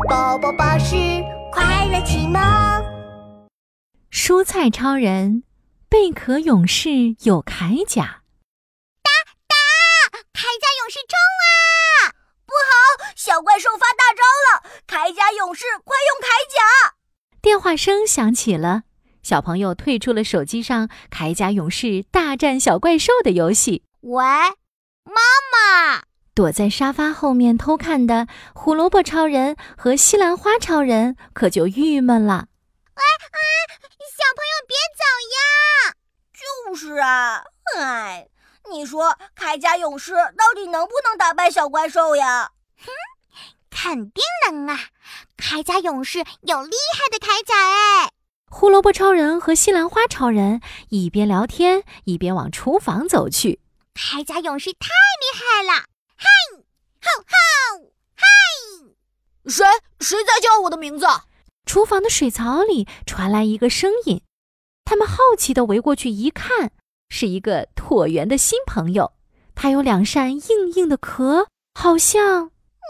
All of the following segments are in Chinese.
宝宝巴士快乐启蒙。 蔬菜超人，贝壳勇士有铠甲。 铠甲勇士冲啊！不好，小怪兽发大招了！铠甲勇士，快用铠甲！ 电话声响起了，小朋友退出了手机上铠甲勇士大战小怪兽的游戏。 喂，妈妈！ 躲在沙发后面偷看的胡萝卜超人和西兰花超人可就郁闷了。 小朋友别走呀！就是啊，你说铠甲勇士到底能不能打败小怪兽呀？肯定能啊！铠甲勇士有厉害的铠甲哎！ 胡萝卜超人和西兰花超人一边聊天一边往厨房走去。 铠甲勇士太厉害了！嗨，吼吼，嗨！ 谁在叫我的名字？ 厨房的水槽里传来一个声音，他们好奇地围过去一看，是一个椭圆的新朋友，他有2扇硬硬的壳，好像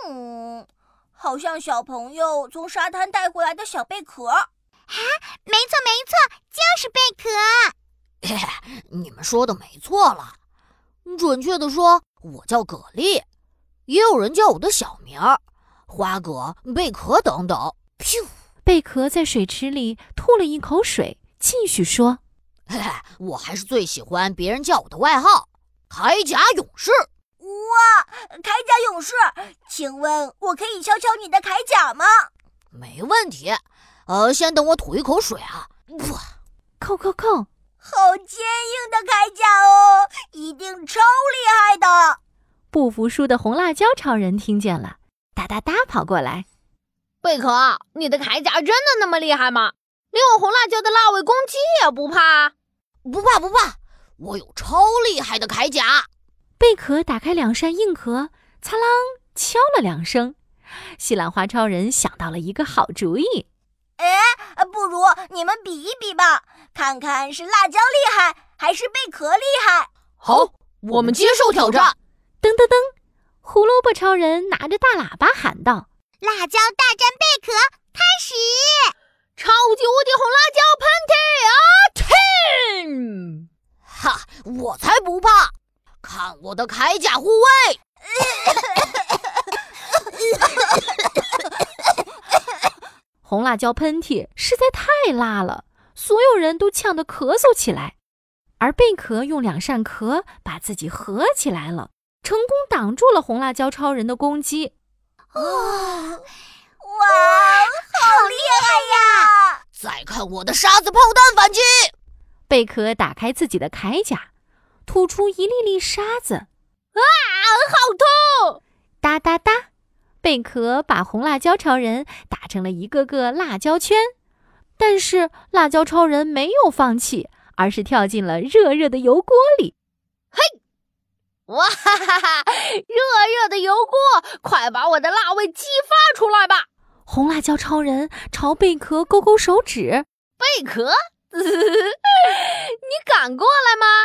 小朋友从沙滩带回来的小贝壳。没错，就是贝壳。 你们说的没错了，准确地说，我叫蛤蜊，也有人叫我的小名儿，花蛤、贝壳等等。噗！ 贝壳在水池里吐了一口水，继续说： 我还是最喜欢别人叫我的外号铠甲勇士。 哇，铠甲勇士，请问我可以敲敲你的铠甲吗？ 没问题，先等我吐一口水啊。 扣， 好坚硬的铠甲哦，一定超厉害的。 不服输的红辣椒超人听见了，哒哒哒跑过来。 贝壳，你的铠甲真的那么厉害吗？连我红辣椒的辣味攻击也不怕？ 不怕，我有超厉害的铠甲。 贝壳打开2扇硬壳，擦啷敲了2声。西兰花超人想到了一个好主意。 不如你们比一比吧，看看是辣椒厉害还是贝壳厉害。 好，我们接受挑战。 噔噔噔，胡萝卜超人拿着大喇叭喊道： 辣椒大战贝壳，开始！ 超级无敌红辣椒喷嚏啊！ 哈，我才不怕！看我的铠甲护卫！ 红辣椒喷嚏实在太辣了，所有人都呛得咳嗽起来。而贝壳用2扇壳把自己合起来了，成功挡住了红辣椒超人的攻击。 哇，好厉害呀！ 再看我的沙子炮弹反击！ 贝壳打开自己的铠甲，吐出一粒粒沙子。 好痛！ 哒哒哒，贝壳把红辣椒超人打成了一个个辣椒圈，但是辣椒超人没有放弃，而是跳进了热热的油锅里。 嘿！哇哈哈哈！热热的油锅，快把我的辣味激发出来吧！ 红辣椒超人朝贝壳勾勾手指。 贝壳，你敢过来吗？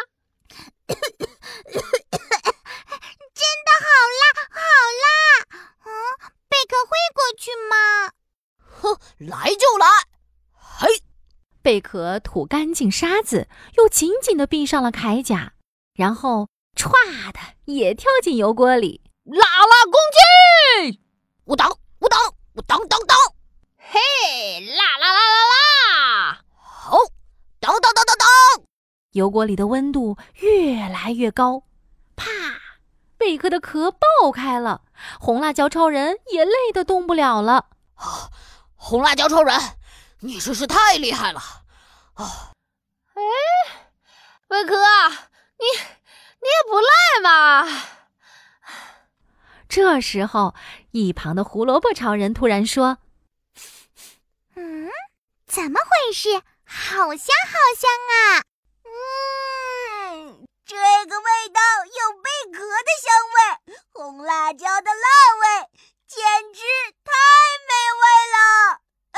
真的好辣！贝壳会过去吗？ 来就来！嘿！ 贝壳吐干净沙子，又紧紧地闭上了铠甲，然后歘的也跳进油锅里。 辣攻击！ 我挡！ 嘿，辣！ 好，挡！ 油锅里的温度越来越高，啪！贝壳的壳爆开了，红辣椒超人也累得动不了了。 红辣椒超人，你真是太厉害了！ 贝壳，你也不赖嘛！ 这时候，一旁的胡萝卜超人突然说： 怎么回事？好香啊！这个味道有贝壳的香味，红辣椒的辣味，简直太美味了！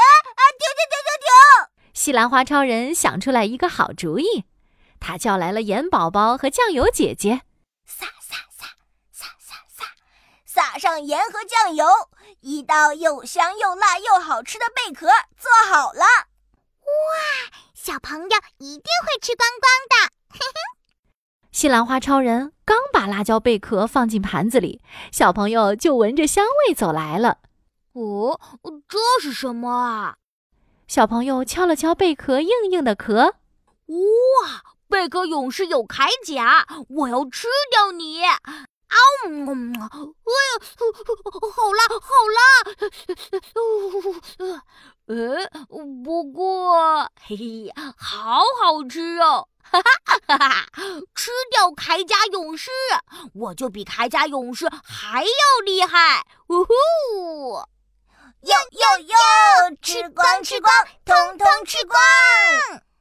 停！ 西兰花超人想出来一个好主意，他叫来了盐宝宝和酱油姐姐， 撒上盐和酱油，一道又香又辣又好吃的贝壳做好了。 哇，小朋友一定会吃光光的。 西兰花超人刚把辣椒贝壳放进盘子里，小朋友就闻着香味走来了。 哦，这是什么啊？ 小朋友敲了敲贝壳硬硬的壳。 哇，贝壳勇士有铠甲，我要吃掉你！啊呜！哎呀，好辣，好辣！不过，嘿嘿，好好吃哦！哈哈，吃掉铠甲勇士，我就比铠甲勇士还要厉害！呜呼！ 哟，吃光，通通吃光！